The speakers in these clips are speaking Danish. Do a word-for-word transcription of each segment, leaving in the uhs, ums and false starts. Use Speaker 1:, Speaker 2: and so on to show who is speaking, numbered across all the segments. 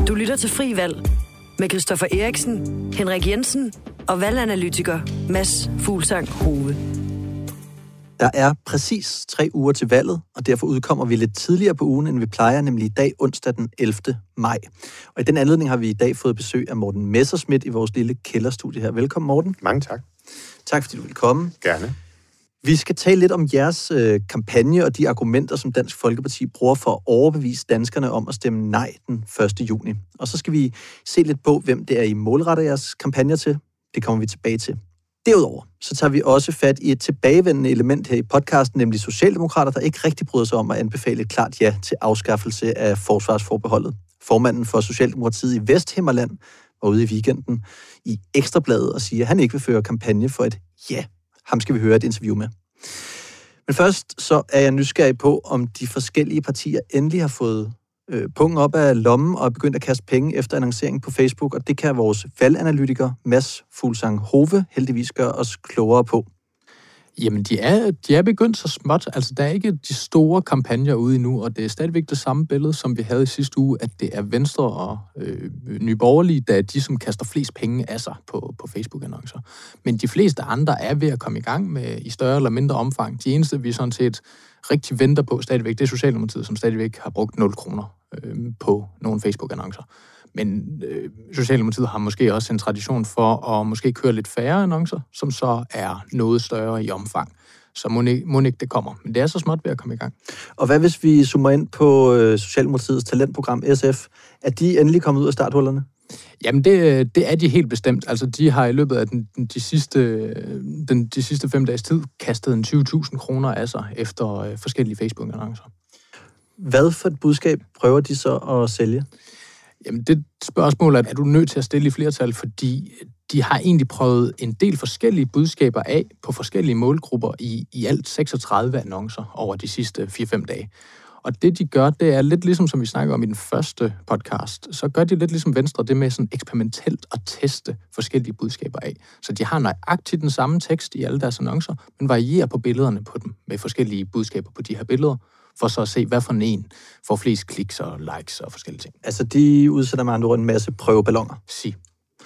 Speaker 1: Du lytter til Fri Valg med Christoffer Eriksen, Henrik Jensen og valganalytiker Mads Fuglsang Hove.
Speaker 2: Der er præcis tre uger til valget, og derfor udkommer vi lidt tidligere på ugen, end vi plejer, nemlig i dag, onsdag den ellevte maj. Og i den anledning har vi i dag fået besøg af Morten Messerschmidt i vores lille kælderstudie her. Velkommen, Morten.
Speaker 3: Mange tak.
Speaker 2: Tak, fordi du vil komme.
Speaker 3: Gerne.
Speaker 2: Vi skal tale lidt om jeres øh, kampagne og de argumenter, som Dansk Folkeparti bruger for at overbevise danskerne om at stemme nej den første juni. Og så skal vi se lidt på, hvem det er, I målretter jeres kampagner til. Det kommer vi tilbage til. Derudover så tager vi også fat i et tilbagevendende element her i podcasten, nemlig Socialdemokrater, der ikke rigtig bryder sig om at anbefale et klart ja til afskaffelse af forsvarsforbeholdet. Formanden for Socialdemokratiet i Vesthimmerland var ude i weekenden i Ekstrabladet og siger, at han ikke vil føre kampagne for et ja. Ham skal vi høre et interview med. Men først så er jeg nysgerrig på, om de forskellige partier endelig har fået øh, pungen op af lommen og er begyndt at kaste penge efter annonceringen på Facebook, og det kan vores valganalytiker Mads Fuglsang Hove heldigvis gøre os klogere på.
Speaker 4: Jamen, de er, de er begyndt så småt. Altså, der er ikke de store kampagner ude endnu, og det er stadigvæk det samme billede, som vi havde i sidste uge, at det er Venstre og øh, Nye Borgerlige, der er de, som kaster flest penge af sig på, på Facebook-annoncer. Men de fleste andre er ved at komme i gang med i større eller mindre omfang. De eneste, vi sådan set rigtig venter på stadigvæk, det er Socialdemokratiet, som stadigvæk har brugt nul kroner øh, på nogle Facebook-annoncer. Men øh, Socialdemokratiet har måske også en tradition for at måske køre lidt færre annoncer, som så er noget større i omfang. Så må ikke, må ikke det kommer. Men det er så småt ved at komme i gang.
Speaker 2: Og hvad hvis vi zoomer ind på øh, Socialdemokratiets talentprogram S F? Er de endelig kommet ud af starthullerne?
Speaker 4: Jamen, det, det er de helt bestemt. Altså, de har i løbet af den, de, sidste, den, de sidste fem dages tid kastet en tyve tusind kroner af sig efter øh, forskellige Facebook-annoncer.
Speaker 2: Hvad for et budskab prøver de så at sælge?
Speaker 4: Jamen, det spørgsmål er, er du nødt til at stille i flertal, fordi de har egentlig prøvet en del forskellige budskaber af på forskellige målgrupper i, i alt seksogtredive annoncer over de sidste fire fem dage. Og det, de gør, det er lidt ligesom, som vi snakker om i den første podcast, så gør de lidt ligesom Venstre, det med sådan eksperimentelt at teste forskellige budskaber af. Så de har nøjagtigt den samme tekst i alle deres annoncer, men varierer på billederne på dem med forskellige budskaber på de her billeder, for så at se, hvad for en får flest kliks og likes og forskellige ting.
Speaker 2: Altså, de udsætter med andre ord en masse prøveballoner.
Speaker 4: Sig.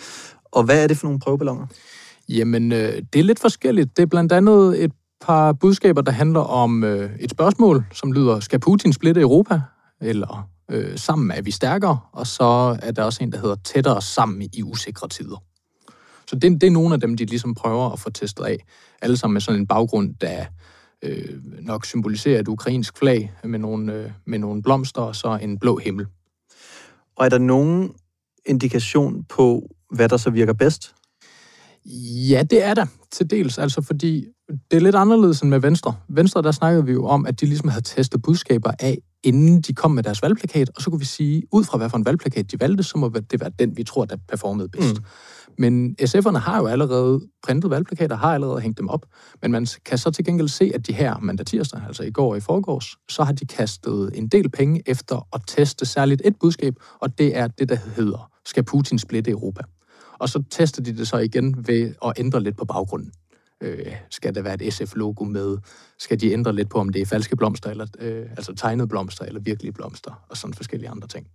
Speaker 2: Og hvad er det for nogle prøveballoner?
Speaker 4: Jamen, øh, det er lidt forskelligt. Det er blandt andet et par budskaber, der handler om øh, et spørgsmål, som lyder, skal Putin splitte Europa? Eller øh, sammen er vi stærkere? Og så er der også en, der hedder tættere sammen i usikre tider. Så det, det er nogle af dem, de ligesom prøver at få testet af. Alle sammen med sådan en baggrund, der øh, nok symboliserer et ukrainsk flag med nogle, øh, med nogle blomster og så en blå himmel.
Speaker 2: Og er der nogen indikation på, hvad der så virker bedst?
Speaker 4: Ja, det er der til dels, altså fordi det er lidt anderledes end med Venstre. Venstre, der snakkede vi jo om, at de ligesom havde testet budskaber af, inden de kom med deres valgplakat, og så kunne vi sige, ud fra hvad for en valgplakat de valgte, så må det være den, vi tror, der performede bedst. Mm. Men S F'erne har jo allerede printet valgplakater, har allerede hængt dem op, men man kan så til gengæld se, at de her mandag tirsdag, altså i går og i forgårs, så har de kastet en del penge efter at teste særligt et budskab, og det er det, der hedder, skal Putin splitte Europa? Og så tester de det så igen ved at ændre lidt på baggrunden. Øh, skal der være et S F-logo med? Skal de ændre lidt på, om det er falske blomster, eller, øh, altså tegnede blomster, eller virkelige blomster, og sådan forskellige andre ting.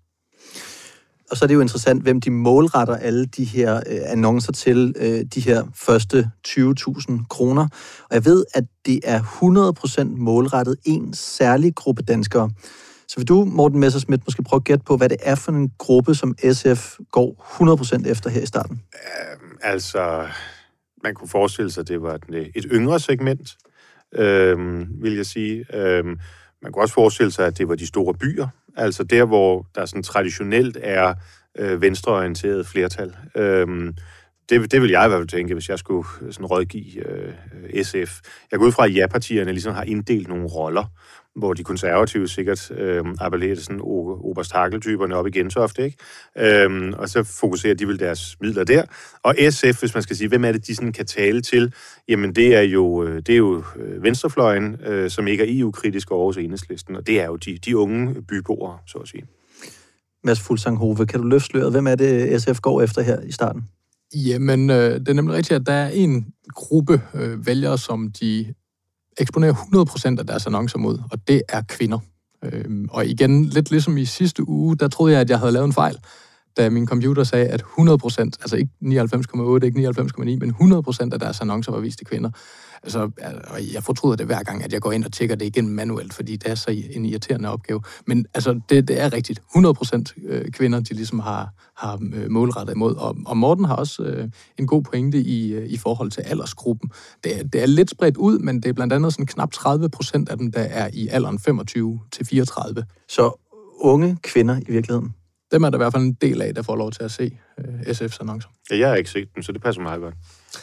Speaker 2: Og så er det jo interessant, hvem de målretter alle de her øh, annoncer til, øh, de her første tyve tusind kroner. Og jeg ved, at det er hundrede procent målrettet en særlig gruppe danskere. Så vil du, Morten Messerschmidt, måske prøve at gætte på, hvad det er for en gruppe, som S F går hundrede procent efter her i starten?
Speaker 3: Uh, altså, man kunne forestille sig, at det var et, et yngre segment, øh, vil jeg sige. Øh, man kunne også forestille sig, at det var de store byer, altså der, hvor der sådan traditionelt er øh, venstreorienteret flertal. Øh, det, det vil jeg i hvert fald tænke, hvis jeg skulle sådan rådgive øh, S F. Jeg går ud fra, at ja-partierne ligesom har inddelt nogle roller, hvor de konservative sikkert øh, appellerer sådan oberst-hakkel-typerne op i Gentofte, ikke? Øhm, og så fokuserer de vel deres midler der. Og S F, hvis man skal sige, hvem er det, de sådan kan tale til, jamen det er jo, det er jo venstrefløjen, øh, som ikke er E U-kritisk over hos Enhedslisten, og det er jo de, de unge byboere, så at sige.
Speaker 2: Mads Fuglsang Hove, kan du løfte sløret? Hvem er det, S F går efter her i starten?
Speaker 4: Jamen, øh, det er nemlig rigtigt, at der er en gruppe øh, vælgere, som de eksponerer hundrede procent af deres annoncer mod, og det er kvinder. Øhm, og igen, lidt ligesom i sidste uge, der troede jeg, at jeg havde lavet en fejl. da min computer sagde, at hundrede procent, altså ikke nioghalvfems komma otte, ikke nioghalvfems komma ni, men hundrede procent af deres annoncer var vist til kvinder. Altså, jeg fortryder det hver gang, at jeg går ind og tjekker det igen manuelt, fordi det er så en irriterende opgave. Men altså, det, det er rigtigt. hundrede procent kvinder, de ligesom har, har målrettet imod. Og, og Morten har også øh, en god pointe i, i forhold til aldersgruppen. Det er, det er lidt spredt ud, men det er blandt andet sådan knap tredive procent af dem, der er i alderen femogtyve til fireogtredive.
Speaker 2: Så unge kvinder i virkeligheden?
Speaker 4: Dem er der i hvert fald en del af, der får lov til at se øh, S F's annoncer.
Speaker 3: Ja, jeg har ikke set dem, så det passer meget godt.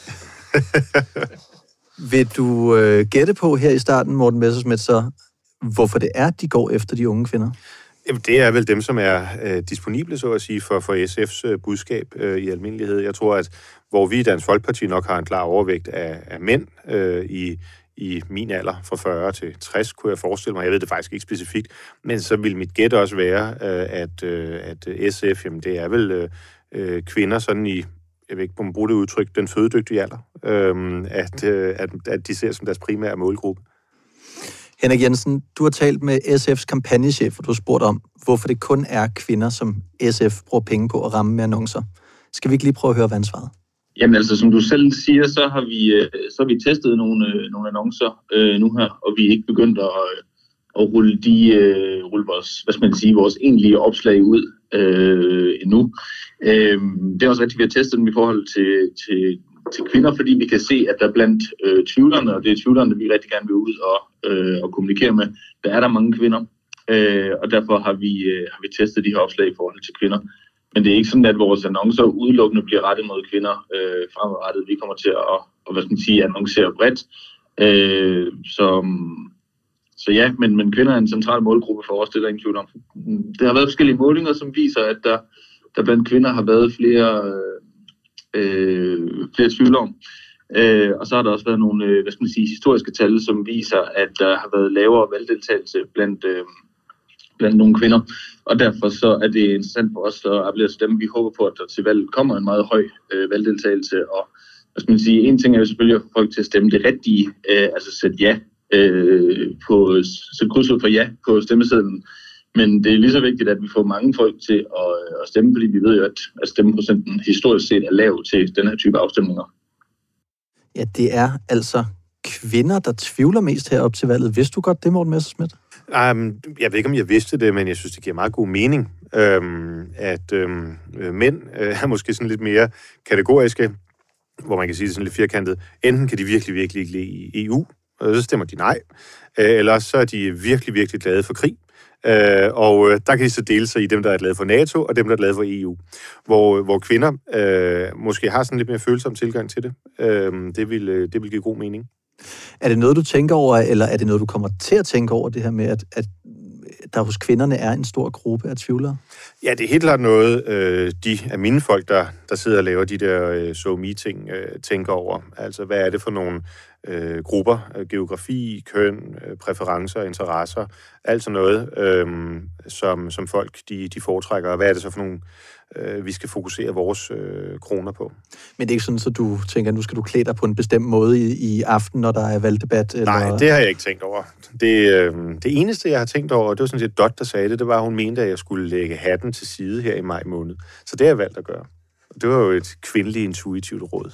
Speaker 2: Vil du øh, gætte på her i starten, Morten Messerschmidt, så hvorfor det er, de går efter de unge kvinder?
Speaker 3: Jamen, det er vel dem, som er øh, disponible, så at sige, for, for S F's øh, budskab øh, i almindelighed. Jeg tror, at hvor vi i Dansk Folkeparti nok har en klar overvægt af, af mænd øh, i, i min alder, fra fyrre til tres, kunne jeg forestille mig. Jeg ved det faktisk ikke specifikt, men så vil mit gæt også være, øh, at, øh, at S F, jamen, det er vel øh, kvinder sådan i, jeg ved ikke, på man bruger det udtryk, den fødedygtige alder, øh, at, øh, at, at de ser som deres primære målgruppe.
Speaker 2: Henrik Jensen, du har talt med S F's kampagnechef, og du har spurgt om, hvorfor det kun er kvinder, som S F bruger penge på at ramme med annoncer. Skal vi ikke lige prøve at høre, hvad han svarede?
Speaker 5: Jamen altså, som du selv siger, så har vi, så har vi testet nogle, nogle annoncer øh, nu her, og vi er ikke begyndt at, at rulle, de, øh, rulle vores, hvad skal man sige, vores egentlige opslag ud øh, endnu. Øh, det er også rigtigt, vi har testet dem i forhold til, til, til kvinder, fordi vi kan se, at der blandt øh, tvivlerne, og det er tvivlerne, vi rigtig gerne vil ud og, øh, og kommunikere med, der er der mange kvinder, øh, og derfor har vi, øh, har vi testet de her opslag i forhold til kvinder. Men det er ikke sådan, at vores annoncer udelukkende bliver rettet mod kvinder øh, fremadrettet. Vi kommer til at, og, hvad skal man sige, annoncere bredt. Øh, så, så ja, men, men kvinder er en central målgruppe for os, det er der ingen tvivl om. Der har været forskellige målinger, som viser, at der, der blandt kvinder har været flere, øh, flere tvivlere. Øh, og så har der også været nogle øh, hvad skal man sige, historiske tal, som viser, at der har været lavere valgdeltagelse blandt øh, blandt nogle kvinder, og derfor så er det interessant for os at appellere til dem. Vi håber på, at der til valg kommer en meget høj øh, valgdeltagelse, og hvad skal man sige, en ting er jo selvfølgelig at få folk til at stemme det rigtige, øh, altså sætte ja øh, på, sætte kryds ud for ja på stemmesedlen, men det er lige så vigtigt, at vi får mange folk til at, at stemme, fordi vi ved jo, at, at stemmeprocenten historisk set er lav til den her type afstemninger.
Speaker 2: Ja, det er altså kvinder, der tvivler mest herop til valget. Vidste du godt det, Morten Messerschmidt?
Speaker 3: Um, jeg ved ikke, om jeg vidste det, men jeg synes, det giver meget god mening, øhm, at øhm, mænd øh, er måske sådan lidt mere kategoriske, hvor man kan sige det sådan lidt firkantet. Enten kan de virkelig, virkelig ikke lide E U, og så stemmer de nej, øh, eller så er de virkelig, virkelig glade for krig. Øh, og øh, der kan de så dele sig i dem, der er glade for NATO, og dem, der er glade for E U. Hvor, hvor kvinder øh, måske har sådan lidt mere følsom tilgang til det. Øh, det, vil, det vil give god mening.
Speaker 2: Er det noget, du tænker over, eller er det noget, du kommer til at tænke over, det her med, at, at der hos kvinderne er en stor gruppe af tvivlere?
Speaker 3: Ja, det er helt klart noget, øh, de af mine folk, der, der sidder og laver de der øh, so-me-ting, øh, tænker over. Altså, hvad er det for nogle øh, grupper? Øh, geografi, køn, øh, præferencer, interesser, alt sådan noget, øh, som, som folk de, de foretrækker. Og hvad er det så for nogle, øh, vi skal fokusere vores øh, kroner på?
Speaker 2: Men det er ikke sådan, så du tænker, at nu skal du klæde dig på en bestemt måde i, i aften, når der er valgdebat? Eller?
Speaker 3: Nej, det har jeg ikke tænkt over. Det, øh, det eneste, jeg har tænkt over, det var sådan set Dot, der sagde det, det var, at hun mente, at jeg skulle lægge hatten til side her i maj måned. Så det har jeg valgt at gøre. Det var jo et kvindeligt intuitivt råd.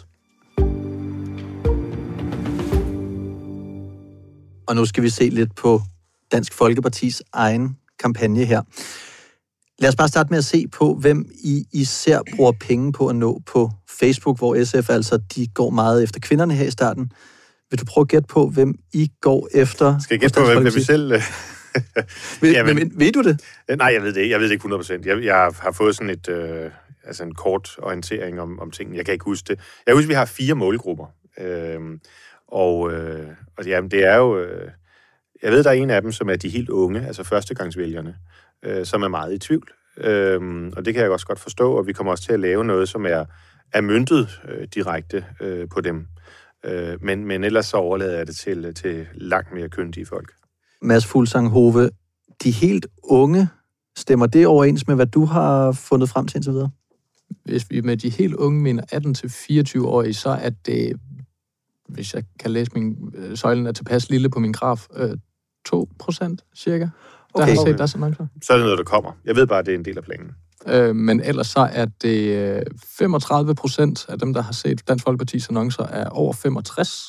Speaker 2: Og nu skal vi se lidt på Dansk Folkepartis egen kampagne her. Lad os bare starte med at se på, hvem I især bruger penge på at nå på Facebook, hvor S F altså, de går meget efter kvinderne her i starten. Vil du prøve at gætte på, hvem I går efter?
Speaker 3: Skal jeg gætte på, hvem vi selv...
Speaker 2: ved, ja, men, men, ved du det?
Speaker 3: Nej, jeg ved det ikke. Jeg ved det ikke hundrede procent. Jeg, jeg har fået sådan et, øh, altså en kort orientering om, om tingene. Jeg kan ikke huske det. Jeg husker, at vi har fire målgrupper. Øh, og øh, og jamen, det er jo... Øh, jeg ved, der er en af dem, som er de helt unge, altså førstegangsvælgerne, øh, som er meget i tvivl. Øh, og det kan jeg også godt forstå, og vi kommer også til at lave noget, som er, er møntet øh, direkte øh, på dem. Øh, men, men ellers så overlader jeg det til, til langt mere kyndige folk.
Speaker 2: Mads Fuglsang Hove, de helt unge, stemmer det overens med, hvad du har fundet frem til indtil videre?
Speaker 4: Hvis vi med de helt unge mener atten til fireogtyve-årige, så er det, hvis jeg kan læse min øh, søjlen er tilpas lille på min graf, øh, to procent cirka. Der
Speaker 2: okay.
Speaker 4: har set, der er så mange.
Speaker 3: Så er det noget, der kommer. Jeg ved bare, at det er en del af planen.
Speaker 4: Øh, men ellers så er det femogtredive procent af dem, der har set Dansk Folkepartis annoncer, er over femogtres.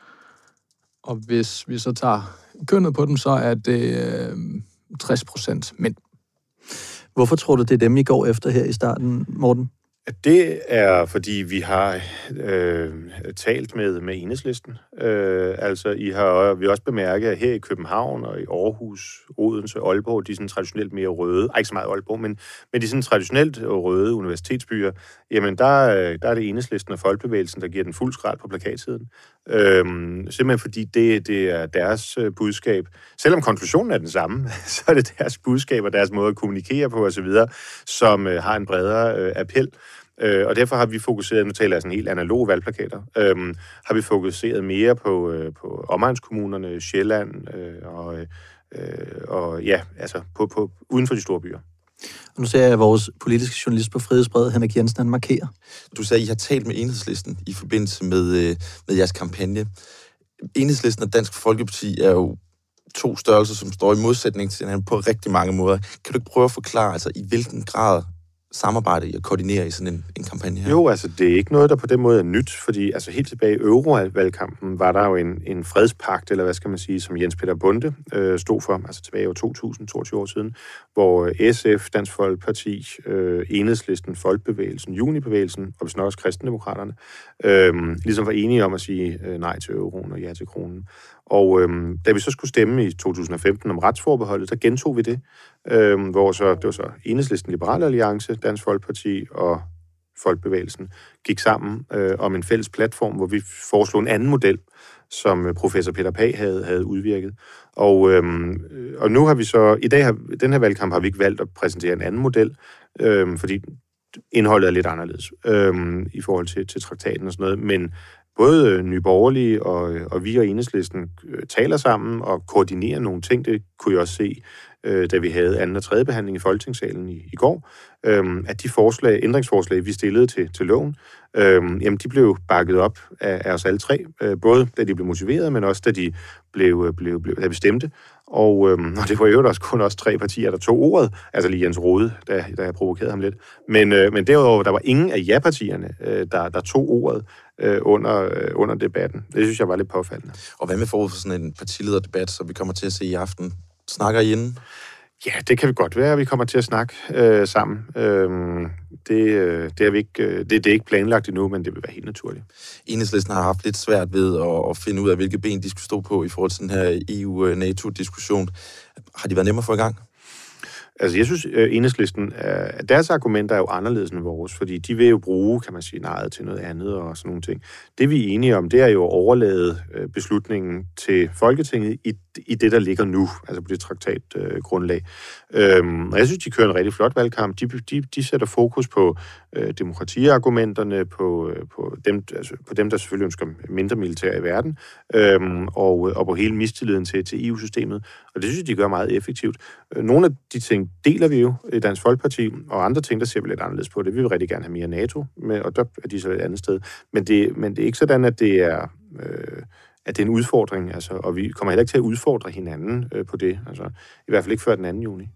Speaker 4: Og hvis vi så tager kønnet på dem, så er det øh, tres procent mænd.
Speaker 2: Hvorfor tror du, det er dem, I går efter her i starten, Morten?
Speaker 3: Det er, fordi vi har øh, talt med, med Enhedslisten. Øh, altså, I har vi har også bemærket, at her i København og i Aarhus, Odense og Aalborg, de er sådan traditionelt mere røde, ikke så meget Aalborg, men, men de er sådan traditionelt røde universitetsbyer, jamen der, der er det Enhedslisten og Folkebevægelsen, der giver den fuld skrald på plakatsiden. Øh, simpelthen fordi det, det er deres budskab. Selvom konklusionen er den samme, så er det deres budskab og deres måde at kommunikere på osv., som øh, har en bredere øh, appel. Øh, og derfor har vi fokuseret, nu taler jeg sådan helt analoge valgplakater, øh, har vi fokuseret mere på, øh, på omegnskommunerne, Sjælland øh, og, øh, og ja, altså på, på, uden for de store byer.
Speaker 2: Og nu ser jeg, at vores politiske journalist på Frihedsbrevet, Henrik Jensen, han markerer.
Speaker 6: Du sagde, at I har talt med Enhedslisten i forbindelse med, med jeres kampagne. Enhedslisten og Dansk Folkeparti er jo to størrelser, som står i modsætning til hinanden på rigtig mange måder. Kan du ikke prøve at forklare, altså i hvilken grad samarbejde og koordinere i sådan en, en kampagne her?
Speaker 3: Jo, altså det er ikke noget, der på den måde er nyt, fordi altså helt tilbage i Eurovalgkampen var der jo en, en fredspagt, eller hvad skal man sige, som Jens Peter Bonde øh, stod for, altså tilbage i år to tusind, toogtyve år siden, hvor S F, Dansk Folkeparti, øh, Enhedslisten, Folkebevægelsen, Junibevægelsen og hvis nok også Kristendemokraterne, øh, ligesom var enige om at sige øh, nej til euroen og ja til kronen. Og øhm, da vi så skulle stemme i to tusind og femten om retsforbeholdet, der gentog vi det, øhm, hvor så, det var så Enhedslisten, Liberale Alliance, Dansk Folkeparti og Folkebevægelsen gik sammen øh, om en fælles platform, hvor vi foreslog en anden model, som professor Peter Pagh havde, havde udvirket. Og, øhm, og nu har vi så, i dag har, den her valgkamp har vi ikke valgt at præsentere en anden model, øhm, fordi indholdet er lidt anderledes øhm, i forhold til, til traktaten og sådan noget, men både Nye Borgerlige og, og vi og Enhedslisten taler sammen og koordinerer nogle ting. Det kunne jeg også se, øh, da vi havde anden og tredje behandling i Folketingssalen i, i går, øh, at de forslag, ændringsforslag, vi stillede til, til loven, øh, jamen de blev bakket op af, af os alle tre. Øh, både da de blev motiveret, men også da de blev, blev, blev da vi stemte. Og, øh, og det var jo også kun også tre partier, der tog ordet, altså lige Jens Rohde, da, da jeg provokerede ham lidt. Men, øh, men derudover, der var ingen af ja-partierne, øh, der, der tog ordet øh, under, øh, under debatten. Det synes jeg var lidt påfaldende.
Speaker 6: Og hvad med forud for sådan en partilederdebat, som vi kommer til at se i aften? Snakker I inden?
Speaker 3: Ja, det kan vi godt være, at vi kommer til at snakke øh, sammen. Øh, det, øh, det, er vi ikke, øh, det, det er ikke planlagt endnu, men det vil være helt naturligt.
Speaker 6: Enhedslisten har haft lidt svært ved at, at finde ud af, hvilke ben de skulle stå på i forhold til den her E U-NATO-diskussion. Har de været nemmere at få i gang?
Speaker 3: Altså, jeg synes, at Enhedslisten, at deres argumenter er jo anderledes end vores, fordi de vil jo bruge, kan man sige, nejet til noget andet og sådan nogle ting. Det, vi er enige om, det er jo at overlade beslutningen til Folketinget i, i det, der ligger nu, altså på det traktatgrundlag. Øhm, og jeg synes, de kører en rigtig flot valgkamp. De, de, de sætter fokus på øh, demokratiargumenterne, på, øh, på, dem, altså, på dem, der selvfølgelig ønsker mindre militær i verden, øhm, og, og på hele mistilliden til, til E U-systemet. Og det synes jeg, de gør meget effektivt. Nogle af de ting deler vi jo i Dansk Folkeparti, og andre ting, der ser vi lidt anderledes på det. Vi vil rigtig gerne have mere NATO, med, og der er de så et andet sted. Men det, men det er ikke sådan, at det er, øh, at det er en udfordring, altså, og vi kommer heller ikke til at udfordre hinanden øh, på det. Altså, i hvert fald ikke før den anden juni.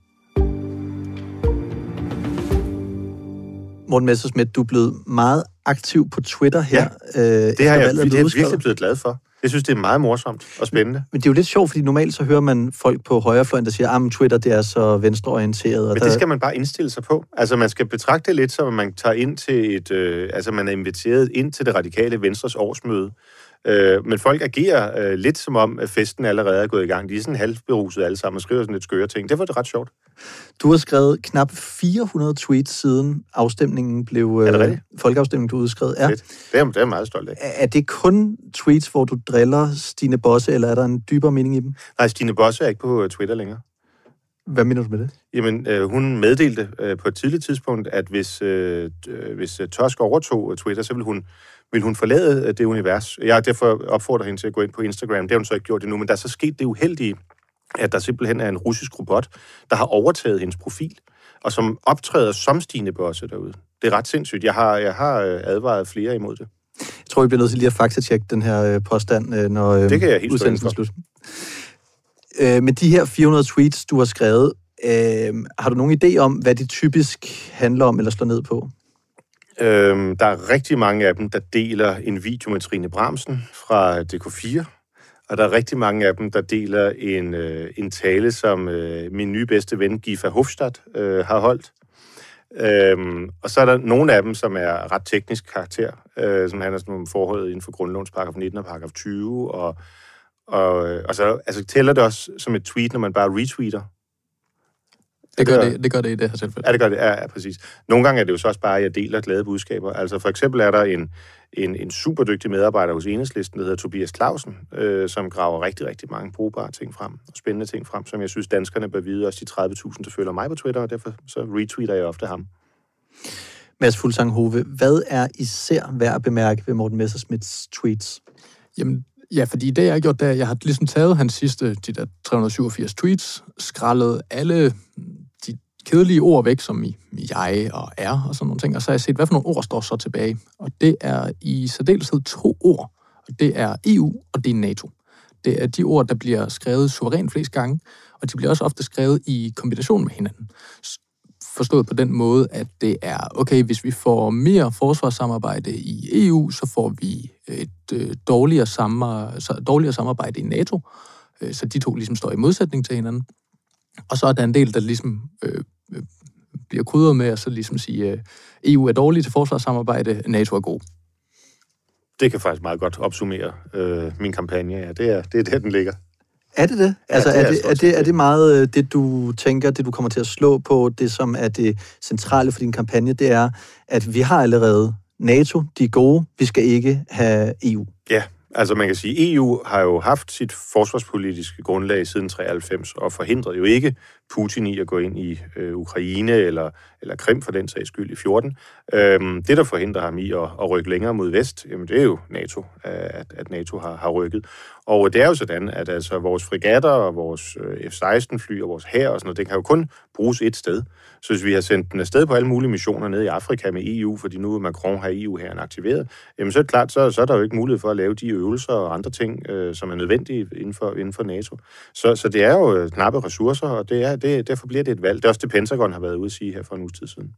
Speaker 2: Morten Messerschmidt, du er blevet meget aktiv på Twitter her.
Speaker 3: Ja, øh, det har jeg det er virkelig blevet glad for. Jeg synes, det er meget morsomt og spændende.
Speaker 2: Men det er jo lidt sjovt, fordi normalt så hører man folk på højrefløjen, der siger, at Twitter det er så venstreorienteret.
Speaker 3: Men
Speaker 2: der...
Speaker 3: det skal man bare indstille sig på. Altså, man skal betragte det lidt, som at man tager ind til et... Øh, altså, man er inviteret ind til det radikale Venstres årsmøde. Øh, men folk agerer øh, lidt som om, at festen allerede er gået i gang. De er sådan halvberuset alle sammen og skriver sådan lidt skøre ting. Det var det ret sjovt.
Speaker 2: Du har skrevet knap fire hundrede tweets siden afstemningen blev... Øh, folkeafstemningen blev udskrevet. Ja.
Speaker 3: Det er, det er jeg meget stolt af.
Speaker 2: Er det kun tweets, hvor du driller Stine Bosse, eller er der en dybere mening i dem?
Speaker 3: Nej, Stine Bosse er ikke på Twitter længere.
Speaker 2: Hvad mener du med det?
Speaker 3: Jamen, øh, hun meddelte øh, på et tidligt tidspunkt, at hvis, øh, hvis øh, Tusk overtog Twitter, så ville hun, ville hun forlade øh, det univers. Jeg har derfor opfordret hende til at gå ind på Instagram. Det har hun så ikke gjort endnu, men der er så sket det uheldige, at der simpelthen er en russisk robot, der har overtaget hendes profil, og som optræder som Stine Bosse derude. Det er ret sindssygt. Jeg har, jeg har advaret flere imod det.
Speaker 2: Jeg tror, vi bliver nødt til lige at faktatjekke den her påstand, når
Speaker 3: det kan jeg helt
Speaker 2: udsendelsen er slut. Med de her fire hundrede tweets, du har skrevet, Øh, har du nogen idé om, hvad de typisk handler om eller slår ned på?
Speaker 3: Øhm, der er rigtig mange af dem, der deler en video med Trine Bramsen fra D K fire, og der er rigtig mange af dem, der deler en, øh, en tale, som øh, min nye bedste ven, Gifa Hofstadt, øh, har holdt. Øhm, og så er der nogle af dem, som er ret teknisk karakter, øh, som handler om forholdet inden for grundlovens paragraf nitten og paragraf tyve, og, og, og så altså, tæller det også som et tweet, når man bare retweeter.
Speaker 4: Det gør det, det gør det i det her tilfælde.
Speaker 3: Ja, det gør det. Ja, ja, præcis. Nogle gange er det jo så også bare, at jeg deler glade budskaber. Altså for eksempel er der en, en, en super dygtig medarbejder hos Enhedslisten, der hedder Tobias Clausen, øh, som graver rigtig, rigtig mange brugbare ting frem, og spændende ting frem, som jeg synes, danskerne bør vide, også de tredive tusind, der følger mig på Twitter, og derfor så retweeter jeg ofte ham.
Speaker 2: Mads Fuglsang Hove, hvad er især værd at bemærke ved Morten Messerschmidts tweets?
Speaker 4: Jamen, ja, fordi det, jeg har gjort, det er, jeg har ligesom taget hans sidste, de der tre hundrede syvogfirs tweets, skrællet alle de kedelige ord væk, som i, i jeg og er og sådan nogle ting, og så har jeg set, hvad for nogle ord står så tilbage. Og det er i særdeleshed to ord, og det er E U og det er NATO. Det er de ord, der bliver skrevet suverænt flest gange, og de bliver også ofte skrevet i kombination med hinanden. Forstået på den måde, at det er, okay, hvis vi får mere forsvarssamarbejde i E U, så får vi et øh, dårligere, samar- dårligere samarbejde i NATO, øh, så de to ligesom står i modsætning til hinanden. Og så er der en del, der ligesom øh, øh, bliver krydret med at så ligesom sige, øh, E U er dårlig til forsvarssamarbejde, NATO er god.
Speaker 3: Det kan faktisk meget godt opsummere øh, min kampagne. Ja, det er, det er der, den ligger.
Speaker 2: Er det det?
Speaker 3: Ja,
Speaker 2: altså,
Speaker 3: det er,
Speaker 2: er, det, er, det, er det meget det, du tænker, det du kommer til at slå på, det som er det centrale for din kampagne, det er, at vi har allerede NATO, de er gode, vi skal ikke have E U.
Speaker 3: Ja, altså man kan sige, at E U har jo haft sit forsvarspolitiske grundlag siden treoghalvfems, og forhindrede jo ikke Putin i at gå ind i øh, Ukraine eller, eller Krim for den sags skyld i fjorten. Øhm, det, der forhindrer ham i at, at rykke længere mod vest, jamen det er jo NATO, at, at NATO har, har rykket. Og det er jo sådan, at altså, vores fregatter og vores F seksten fly og vores hær og sådan noget, det kan jo kun bruges et sted. Så hvis vi har sendt den afsted på alle mulige missioner ned i Afrika med E U, fordi nu Macron har E U-hæren aktiveret, jamen så er det klart, så, så er der jo ikke mulighed for at lave de øvelser og andre ting, øh, som er nødvendige inden for, inden for NATO. Så, så det er jo knappe ressourcer, og det er, det, derfor bliver det et valg. Det er også det, Pentagon har været ude at sige her for en uges tid siden.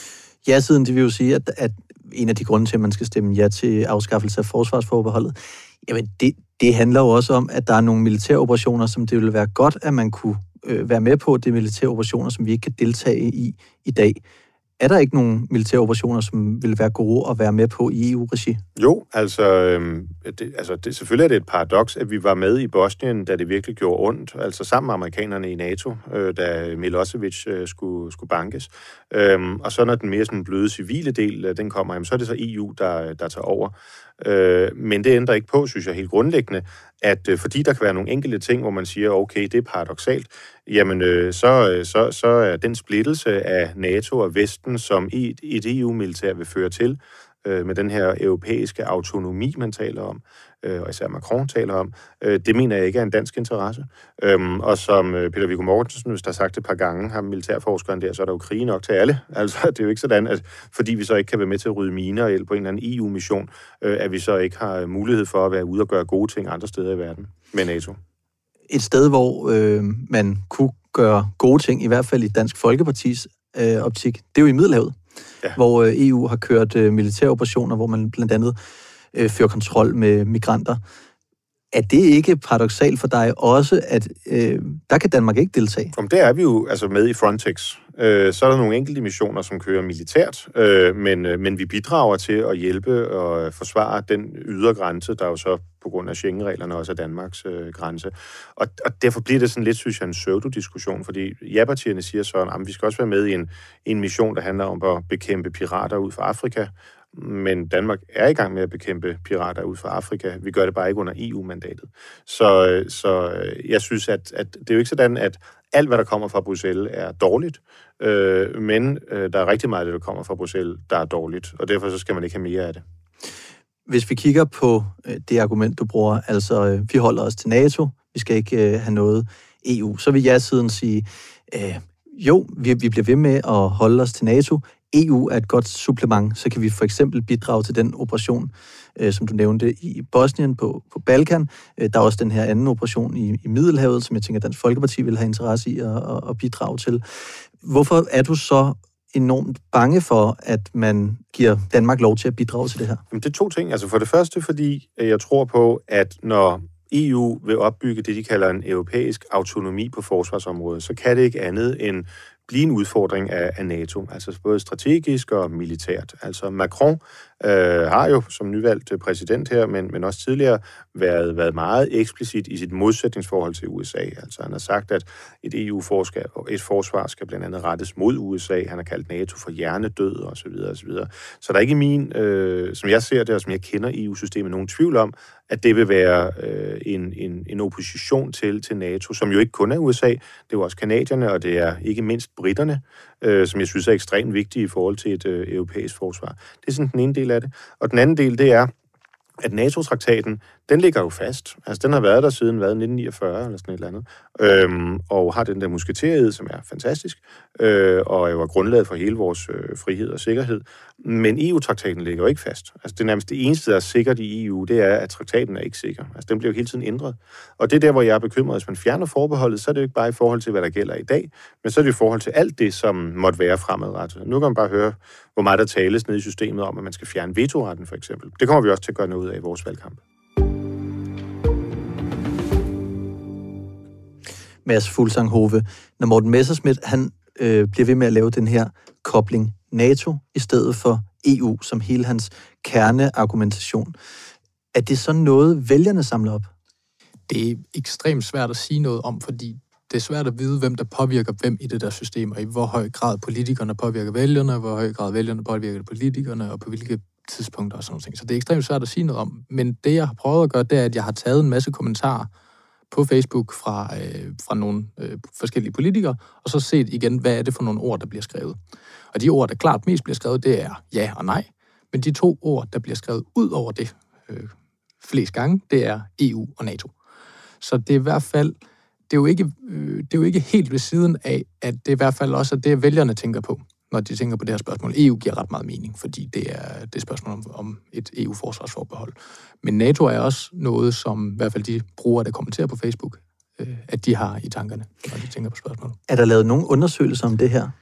Speaker 2: Ja, siden det vil jo sige, at, at en af de grunde til, at man skal stemme ja til afskaffelse af forsvarsforbeholdet, jamen det, det handler jo også om, at der er nogle militære operationer, som det ville være godt, at man kunne øh, være med på. Det er militære operationer, som vi ikke kan deltage i i dag. Er der ikke nogen militære operationer, som vil være gode at være med på i E U-regi?
Speaker 3: Jo, altså, øh, det, altså det, selvfølgelig er det et paradoks, at vi var med i Bosnien, da det virkelig gjorde ondt, altså sammen med amerikanerne i NATO, øh, da Milosevic øh, skulle, skulle bankes. Øhm, og så når den mere sådan bløde civile del, øh, den kommer, jamen, så er det så E U, der, der tager over. Øh, men det ændrer ikke på, synes jeg helt grundlæggende, at øh, fordi der kan være nogle enkelte ting, hvor man siger, okay, det er paradoksalt, jamen øh, så, så, så er den splittelse af NATO og Vesten, som et, et E U-militær vil føre til, øh, med den her europæiske autonomi, man taler om, øh, og især Macron taler om, øh, det mener jeg ikke er en dansk interesse. Øhm, og som øh, Peter Viggo Mortensen, hvis der har sagt et par gange, ham militærforskeren der, så er der jo krige nok til alle. Altså, det er jo ikke sådan, at fordi vi så ikke kan være med til at rydde miner eller på en eller anden E U-mission, øh, at vi så ikke har mulighed for at være ude og gøre gode ting andre steder i verden med NATO.
Speaker 2: Et sted, hvor øh, man kunne gøre gode ting, i hvert fald i Dansk Folkepartis øh, optik, det er jo i Middelhavet, ja. Hvor øh, E U har kørt øh, militære operationer, hvor man blandt andet øh, fører kontrol med migranter. Er det ikke paradoksalt for dig også, at øh, der kan Danmark ikke deltage?
Speaker 3: Om det er vi jo altså med i Frontex. Øh, så er der nogle enkelte missioner, som kører militært, øh, men, øh, men vi bidrager til at hjælpe og forsvare den ydre grænse, der jo så på grund af Schengen-reglerne også er Danmarks øh, grænse. Og, og derfor bliver det sådan lidt, synes jeg, en pseudo-diskussion, fordi ja-partierne siger så, at vi skal også være med i en, en mission, der handler om at bekæmpe pirater ud fra Afrika, men Danmark er i gang med at bekæmpe pirater ud fra Afrika. Vi gør det bare ikke under E U-mandatet. Så, så jeg synes, at, at det er jo ikke sådan, at alt, hvad der kommer fra Bruxelles, er dårligt, øh, men øh, der er rigtig meget af det, der kommer fra Bruxelles, der er dårligt, og derfor så skal man ikke have mere af det.
Speaker 2: Hvis vi kigger på øh, det argument, du bruger, altså øh, vi holder os til NATO, vi skal ikke øh, have noget E U, så vil jeg siden sige, øh, jo, vi, vi bliver ved med at holde os til NATO, E U er et godt supplement, så kan vi for eksempel bidrage til den operation, øh, som du nævnte i Bosnien på, på Balkan. Øh, der er også den her anden operation i, i Middelhavet, som jeg tænker, Dansk Folkeparti vil have interesse i at, at, at bidrage til. Hvorfor er du så enormt bange for, at man giver Danmark lov til at bidrage til det her?
Speaker 3: Jamen, det er to ting. Altså for det første, fordi jeg tror på, at når E U vil opbygge det, de kalder en europæisk autonomi på forsvarsområdet, så kan det ikke andet end blive en udfordring af, af NATO, altså både strategisk og militært. Altså Macron øh, har jo som nyvalgt præsident her, men, men også tidligere været, været meget eksplicit i sit modsætningsforhold til U S A. Altså han har sagt, at et E U-forsvar et forsvar skal blandt andet rettes mod U S A. Han har kaldt NATO for hjernedød og så videre og så videre. Så der er ikke i min, øh, som jeg ser det, og som jeg kender E U-systemet, nogen tvivl om, at det vil være øh, en, en, en opposition til, til NATO, som jo ikke kun er U S A, det er jo også canadierne, og det er ikke mindst britterne, øh, som jeg synes er ekstremt vigtige i forhold til et øh, europæisk forsvar. Det er sådan den ene del af det. Og den anden del, det er, at NATO-traktaten, den ligger jo fast. Altså, den har været der siden, hvad, nitten niogfyrre eller sådan et eller andet, øhm, og har den der musketered, som er fantastisk, øh, og er jo grundlaget for hele vores øh, frihed og sikkerhed. Men E U-traktaten ligger jo ikke fast. Altså, det er nærmest det eneste, der er sikkert i E U, det er, at traktaten er ikke sikker. Altså, den bliver jo hele tiden ændret. Og det er der, hvor jeg er bekymret. Hvis man fjerner forbeholdet, så er det jo ikke bare i forhold til, hvad der gælder i dag, men så er det i forhold til alt det, som måtte være fremadrettet. Nu kan man bare høre, hvor meget der tales nede i systemet om, at man skal fjerne vetoretten, for eksempel. Det kommer vi også til at gøre noget ud af i vores valgkamp.
Speaker 2: Mads Fuglsang Hove, når Morten Messerschmidt, han øh, bliver ved med at lave den her kobling NATO i stedet for E U, som hele hans kerneargumentation. Er det så noget, vælgerne samler op?
Speaker 4: Det er ekstremt svært at sige noget om, fordi det er svært at vide, hvem der påvirker hvem i det der system, og i hvor høj grad politikerne påvirker vælgerne, og hvor høj grad vælgerne påvirker politikerne, og på hvilke tidspunkter og sådan noget. Så det er ekstremt svært at sige noget om. Men det, jeg har prøvet at gøre, det er, at jeg har taget en masse kommentarer på Facebook fra, øh, fra nogle øh, forskellige politikere, og så set igen, hvad er det for nogle ord, der bliver skrevet. Og de ord, der klart mest bliver skrevet, det er ja og nej. Men de to ord, der bliver skrevet ud over det øh, flest gange, det er E U og NATO. Så det er i hvert fald, det er jo ikke, øh, det er jo ikke helt ved siden af, at det i hvert fald også er det, vælgerne tænker på, når de tænker på det her spørgsmål. E U giver ret meget mening, fordi det er det spørgsmål om, om et E U-forsvarsforbehold. Men NATO er også noget, som i hvert fald de brugere, der kommenterer på Facebook, øh, at de har i tankerne, når de tænker på spørgsmålet.
Speaker 2: Er der lavet nogle undersøgelser om det her?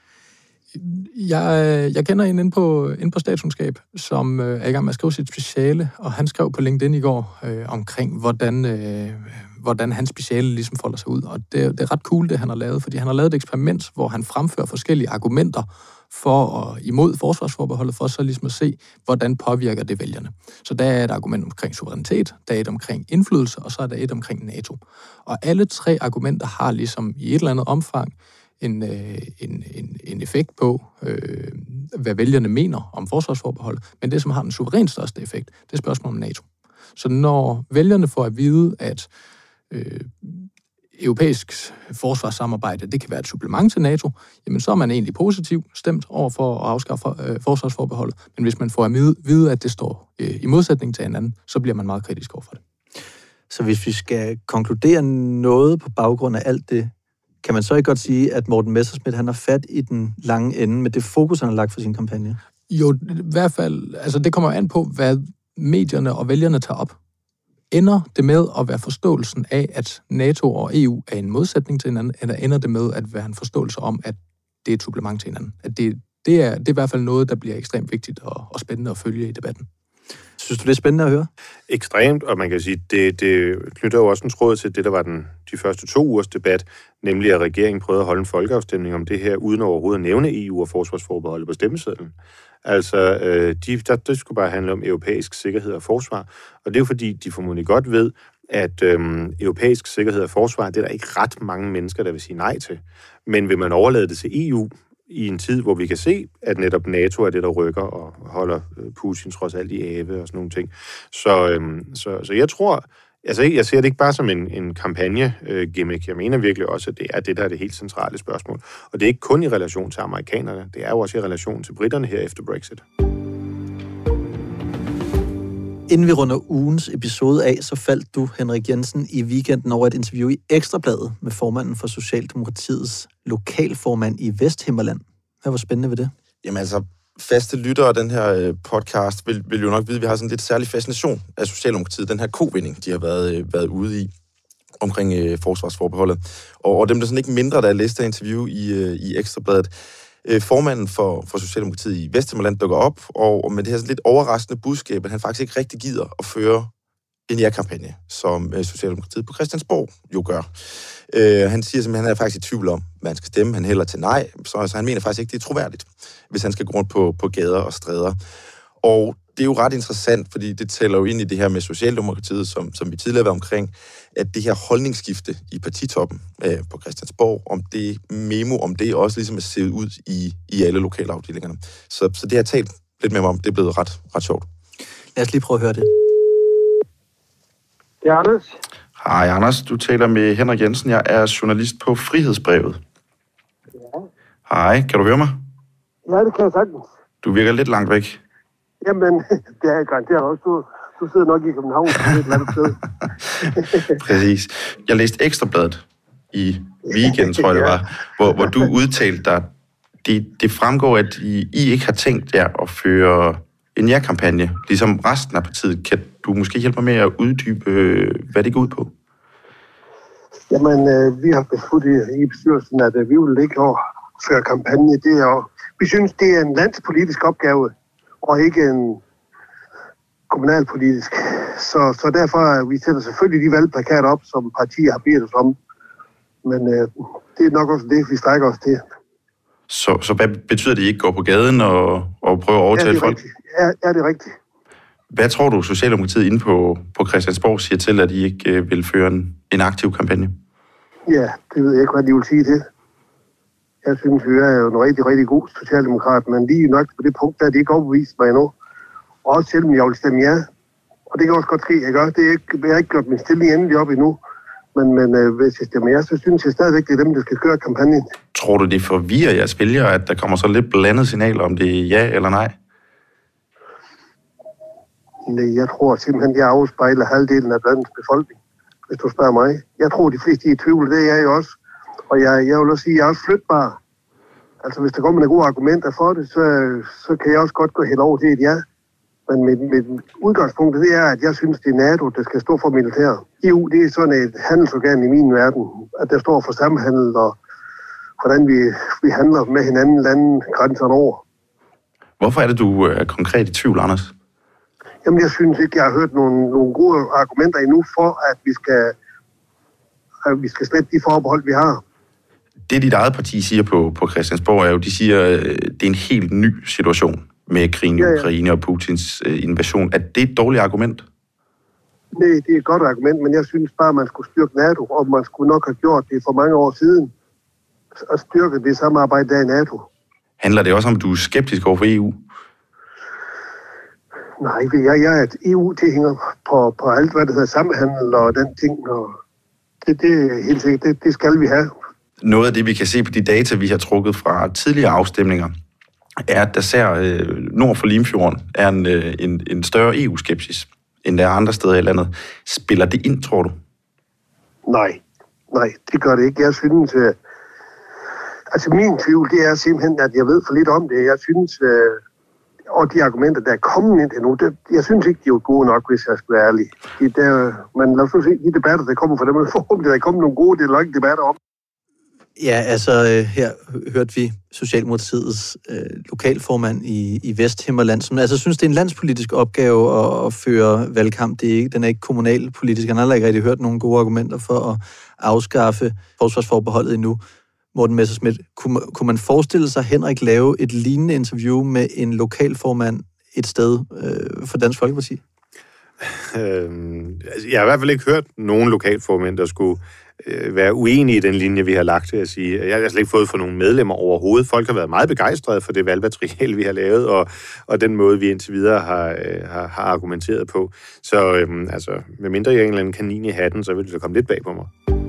Speaker 4: Jeg, jeg kender en inde på, inde på statskundskab, som øh, er i gang med at skrive sit speciale, og han skrev på LinkedIn i går øh, omkring, hvordan, øh, hvordan hans speciale ligesom folder sig ud. Og det, det er ret cool, det han har lavet, fordi han har lavet et eksperiment, hvor han fremfører forskellige argumenter for og imod forsvarsforbeholdet, for så ligesom at se, hvordan påvirker det vælgerne. Så der er et argument omkring suverænitet, der er et omkring indflydelse, og så er der et omkring NATO. Og alle tre argumenter har ligesom i et eller andet omfang en, øh, en, en, en effekt på, øh, hvad vælgerne mener om forsvarsforbeholdet. Men det, som har den suverænt største effekt, det er spørgsmålet om NATO. Så når vælgerne får at vide, at øh, europæisk forsvarssamarbejde, det kan være et supplement til NATO, jamen så er man egentlig positiv stemt over for at afskaffe øh, forsvarsforbeholdet. Men hvis man får at vide, at det står øh, i modsætning til hinanden, så bliver man meget kritisk over for det.
Speaker 2: Så hvis vi skal konkludere noget på baggrund af alt det, kan man så ikke godt sige, at Morten Messerschmidt, han har fat i den lange ende med det fokus, han har lagt for sin kampagne?
Speaker 4: Jo, i hvert fald, altså det kommer an på, hvad medierne og vælgerne tager op. Ender det med at være forståelsen af, at NATO og E U er en modsætning til hinanden, eller ender det med at være en forståelse om, at det er et supplement til hinanden? At det, det, er, det er i hvert fald noget, der bliver ekstremt vigtigt og, og spændende at følge i debatten.
Speaker 2: Synes du, det er spændende at høre?
Speaker 3: Ekstremt, og man kan sige, det, det knytter jo også en tråd til det, der var den, de første to ugers debat, nemlig at regeringen prøvede at holde en folkeafstemning om det her, uden overhovedet at nævne E U og forsvarsforbeholdet på stemmesedlen. Altså, øh, de, der, det skulle bare handle om europæisk sikkerhed og forsvar, og det er jo fordi, de formodentlig godt ved, at øhm, europæisk sikkerhed og forsvar, det er der ikke ret mange mennesker, der vil sige nej til. Men vil man overlade det til E U, i en tid, hvor vi kan se, at netop NATO er det, der rykker og holder Putin trods alt i ave og sådan nogle ting. Så, øhm, så, så jeg tror, altså jeg ser det ikke bare som en, en kampagne-gimmick. Jeg mener virkelig også, at det er det, der er det helt centrale spørgsmål. Og det er ikke kun i relation til amerikanerne, det er jo også i relation til britterne her efter Brexit.
Speaker 2: Inden vi runder ugens episode af, så faldt du, Henrik Jensen, i weekenden over et interview i Ekstrabladet med formanden for Socialdemokratiets lokalformand i Vesthimmerland. Hvad var spændende ved det?
Speaker 6: Jamen altså, faste lyttere af den her øh, podcast vil, vil jo nok vide, at vi har sådan lidt særlig fascination af Socialdemokratiet, den her kovinding, de har været, øh, været ude i omkring øh, forsvarsforbeholdet. Og, og dem, der sådan ikke mindre, da jeg læste interview i, øh, i Ekstrabladet, øh, formanden for, for Socialdemokratiet i Vesthimmerland dukker op, og, og med det her sådan lidt overraskende budskab, at han faktisk ikke rigtig gider at føre en ja-kampagne, som øh, Socialdemokratiet på Christiansborg jo gør. Øh, han siger simpelthen, at han er faktisk i tvivl om, hvad han skal stemme. Han hælder til nej, så altså, han mener faktisk ikke, det er troværdigt, hvis han skal gå rundt på, på gader og stræder. Og det er jo ret interessant, fordi det tæller jo ind i det her med Socialdemokratiet, som, som vi tidligere var omkring, at det her holdningsskifte i partitoppen øh, på Christiansborg, om det memo, om det også ligesom er set ud i, i alle lokalafdelingerne. Så, så det har jeg talt lidt med mig om, det er blevet ret, ret sjovt.
Speaker 2: Lad os lige prøve at høre det.
Speaker 7: Det er Anders.
Speaker 8: Hej Anders, du taler med Henrik Jensen. Jeg er journalist på Frihedsbrevet.
Speaker 7: Ja.
Speaker 8: Hej, kan du høre mig?
Speaker 7: Ja, det kan jeg sagtens.
Speaker 8: Du virker lidt langt væk.
Speaker 7: Jamen, det er jeg garanteret også. Du, du sidder nok i København på et eller andet sted.
Speaker 8: Præcis. Jeg læste Ekstrabladet i weekenden, tror jeg det var, hvor, hvor du udtalte dig. Det, det fremgår, at I, I ikke har tænkt jer at føre en ja-kampagne, ligesom resten af partiet. Kan du måske hjælpe mig med at uddybe, hvad det går ud på?
Speaker 7: Jamen, øh, vi har besluttet i bestyrelsen, at øh, vi vil ikke føre kampagne. Det er, vi synes, det er en landspolitisk opgave, og ikke en kommunalpolitisk. Så, så derfor vi sætter selvfølgelig de valgplakater op, som partier har bedt os om. Men øh, det er nok også det, vi strækker os til.
Speaker 8: Så, så hvad betyder det, at I ikke går på gaden og, og prøver at overtale
Speaker 7: ja,
Speaker 8: folk?
Speaker 7: Ja, ja, det er rigtigt.
Speaker 8: Hvad tror du, Socialdemokratiet inde på, på Christiansborg siger til, at I ikke øh, vil føre en, en aktiv kampagne?
Speaker 7: Ja, det ved jeg ikke, hvad de vil sige til. Jeg synes, vi er jo en rigtig, rigtig god socialdemokrat, men lige nok på det punkt, der er de ikke overbevist mig endnu. Og også selvom jeg vil stemme ja. Og det kan også godt ske, jeg gør. Det er ikke, jeg har ikke gjort min stilling endelig op endnu. Men, men øh, hvis jeg stemmer ja, så synes jeg stadigvæk, det er dem, der skal køre kampagnen. Tror
Speaker 8: du, det forvirrer jeres vælgere, at der kommer så lidt blandet signaler, om det er ja eller nej?
Speaker 7: Nej, jeg tror simpelthen, jeg afspejler halvdelen af landets befolkning, hvis du spørger mig. Jeg tror, de fleste er i tvivl, det er jeg jo også. Og jeg, jeg vil også sige, at jeg er også flytbar. Altså, hvis der kommer nogle gode argumenter for det, så, så kan jeg også godt gå helt over til et ja. Men mit, mit udgangspunkt, det er, at jeg synes, det er NATO, der skal stå for militær. E U, det er sådan et handelsorgan i min verden, at der står for samhandel og hvordan vi, vi handler med hinanden lande grænserne over.
Speaker 8: Hvorfor er det, du er konkret i tvivl, Anders?
Speaker 7: Jamen, jeg synes ikke, jeg har hørt nogle, nogle gode argumenter endnu for, at vi skal, at vi skal slette de forbehold, vi har.
Speaker 8: Det, dit eget parti siger på, på Christiansborg, er jo, de siger, at det er en helt ny situation med krigen i ja, ja. Ukraine og Putins invasion. Er det et dårligt argument?
Speaker 7: Nej, det er et godt argument, men jeg synes bare, at man skulle styrke NATO, og man skulle nok have gjort det for mange år siden, at styrke det samarbejde der i NATO.
Speaker 8: Handler det også om, at du er skeptisk over for E U?
Speaker 7: Nej, jeg, jeg er et E U-tilhænger på, på alt, hvad det hedder samhandel og den ting, og det, det er helt sikkert, det, det skal vi have.
Speaker 8: Noget af det, vi kan se på de data, vi har trukket fra tidligere afstemninger, er, at der ser øh, nord for Limfjorden er en, øh, en, en større E U-skepsis, end der er andre steder i landet. Spiller det ind, tror du?
Speaker 7: Nej, nej, det gør det ikke. Jeg synes, øh, altså min tvivl, det er simpelthen, at jeg ved for lidt om det. Jeg synes, øh, og de argumenter, der er kommet ind endnu, det, jeg synes ikke, de er gode nok, hvis jeg skal være ærlig. De, der, men lad os se, de debatter, der kommer fra dem, forhåbentlig der er kommet nogle gode, det er lange debatter om.
Speaker 2: Ja, altså her hørte vi Socialdemokratiets øh, lokalformand i, i Vesthimmerland, som altså synes, det er en landspolitisk opgave at, at føre valgkamp. Det er ikke, den er ikke kommunalpolitisk. Han har ikke rigtig hørt nogle gode argumenter for at afskaffe forsvarsforbeholdet endnu. Morten Messerschmidt, kunne, kunne man forestille sig, Henrik lave et lignende interview med en lokalformand et sted øh, for Dansk Folkeparti?
Speaker 3: Øhm, altså, jeg har i hvert fald ikke hørt nogen lokalformænd, der skulle øh, være uenige i den linje, vi har lagt til at sige. Jeg har slet ikke fået for nogle medlemmer overhovedet. Folk har været meget begejstrede for det valgmateriale, vi har lavet, og, og den måde, vi indtil videre har, øh, har, har argumenteret på. Så øhm, altså, medmindre jeg er en eller anden kanin i hatten, så vil det komme lidt bag på mig.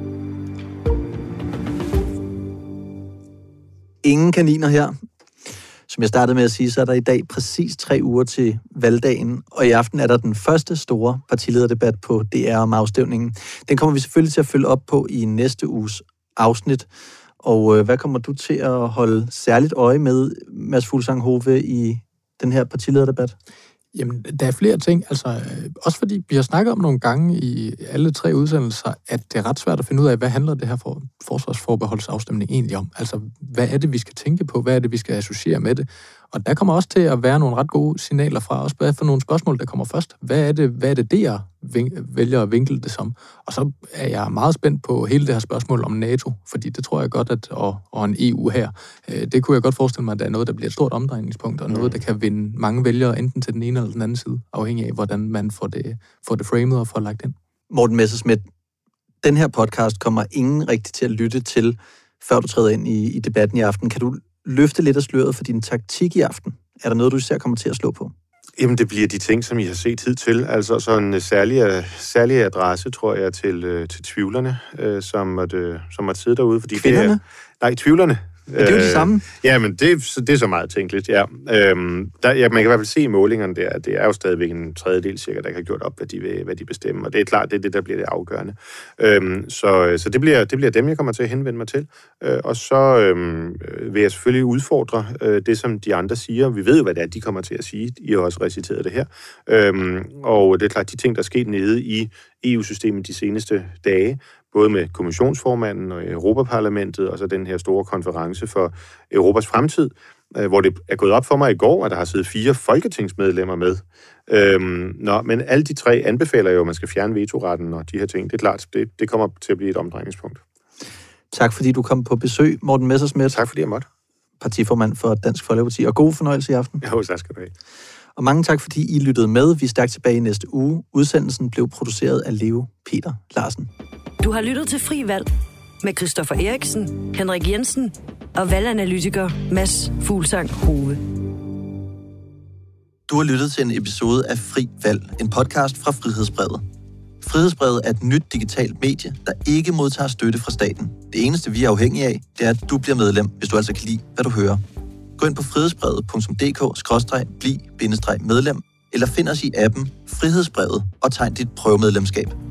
Speaker 2: Ingen kaniner her. Som jeg startede med at sige, så er der i dag præcis tre uger til valgdagen, og i aften er der den første store partilederdebat på D R om afstemningen. Den kommer vi selvfølgelig til at følge op på i næste uges afsnit, Og øh, hvad kommer du til at holde særligt øje med, Mads Fuglsang Hove, i den her partilederdebat?
Speaker 4: Jamen, der er flere ting. Altså, også fordi vi har snakket om nogle gange i alle tre udsendelser, at det er ret svært at finde ud af, hvad handler det her for forsvarsforbeholdsafstemning egentlig om? Altså, hvad er det, vi skal tænke på? Hvad er det, vi skal associere med det? Og der kommer også til at være nogle ret gode signaler fra os. Hvad for nogle spørgsmål, der kommer først? Hvad er det, hvad er det, det jeg vælger at vinkle det som? Og så er jeg meget spændt på hele det her spørgsmål om NATO, fordi det tror jeg godt, at og, og en E U her, det kunne jeg godt forestille mig, at der er noget, der bliver et stort omdrejningspunkt, og noget, der kan vinde mange vælgere, enten til den ene eller den anden side, afhængig af, hvordan man får det, får det framet og får lagt ind.
Speaker 2: Morten Messerschmidt, den her podcast kommer ingen rigtig til at lytte til, før du træder ind i, i debatten i aften. Kan du løfte lidt af sløret for din taktik i aften? Er der noget, du især kommer til at slå på?
Speaker 3: Jamen, det bliver de ting, som I har set hidtil. Altså sådan en særlig, særlig adresse, tror jeg, til, til tvivlerne, øh, som måtte, som måtte sidde derude. Fordi
Speaker 2: Kvinderne?
Speaker 3: Det er, nej, tvivlerne.
Speaker 2: Men det er jo de samme.
Speaker 3: Ja, men det, det er så meget tænkeligt, ja. Øhm, der, ja. Man kan i hvert fald se i målingerne der, at det er jo stadigvæk en tredjedel cirka, der ikke har gjort op, hvad de, vil, hvad de bestemmer. Og det er klart, det er det, der bliver det afgørende. Øhm, så så det, bliver, det bliver dem, jeg kommer til at henvende mig til. Øh, og så øhm, vil jeg selvfølgelig udfordre øh, det, som de andre siger. Vi ved jo, hvad det er, de kommer til at sige. I har også reciteret det her. Øhm, og det er klart, de ting, der er sket nede i E U-systemet de seneste dage, både med kommissionsformanden og Europaparlamentet, og så den her store konference for Europas fremtid, hvor det er gået op for mig i går, at der har siddet fire folketingsmedlemmer med. Øhm, nå, men alle de tre anbefaler jo, at man skal fjerne vetoretten og de her ting. Det er klart, det, det kommer til at blive et omdrejningspunkt.
Speaker 2: Tak fordi du kom på besøg, Morten Messerschmidt.
Speaker 3: Tak fordi jeg måtte.
Speaker 2: Partiformand for Dansk Folkeparti, og god fornøjelse i aften.
Speaker 3: Jo, tak skal du have.
Speaker 2: Og mange tak, fordi I lyttede med. Vi er stærkt tilbage i næste uge. Udsendelsen blev produceret af Leo Peter Larsen.
Speaker 1: Du har lyttet til Fri Valg med Christoffer Eriksen, Henrik Jensen og valganalytiker Mads Fuglsang Hove.
Speaker 2: Du har lyttet til en episode af Fri Valg, en podcast fra Frihedsbrevet. Frihedsbrevet er et nyt digitalt medie, der ikke modtager støtte fra staten. Det eneste, vi er afhængige af, det er, at du bliver medlem, hvis du altså kan lide, hvad du hører. Gå ind på frihedsbrevet punktum d k skråstreg bliv bindestreg medlem, eller find os i appen Frihedsbrevet og tegn dit prøvemedlemskab.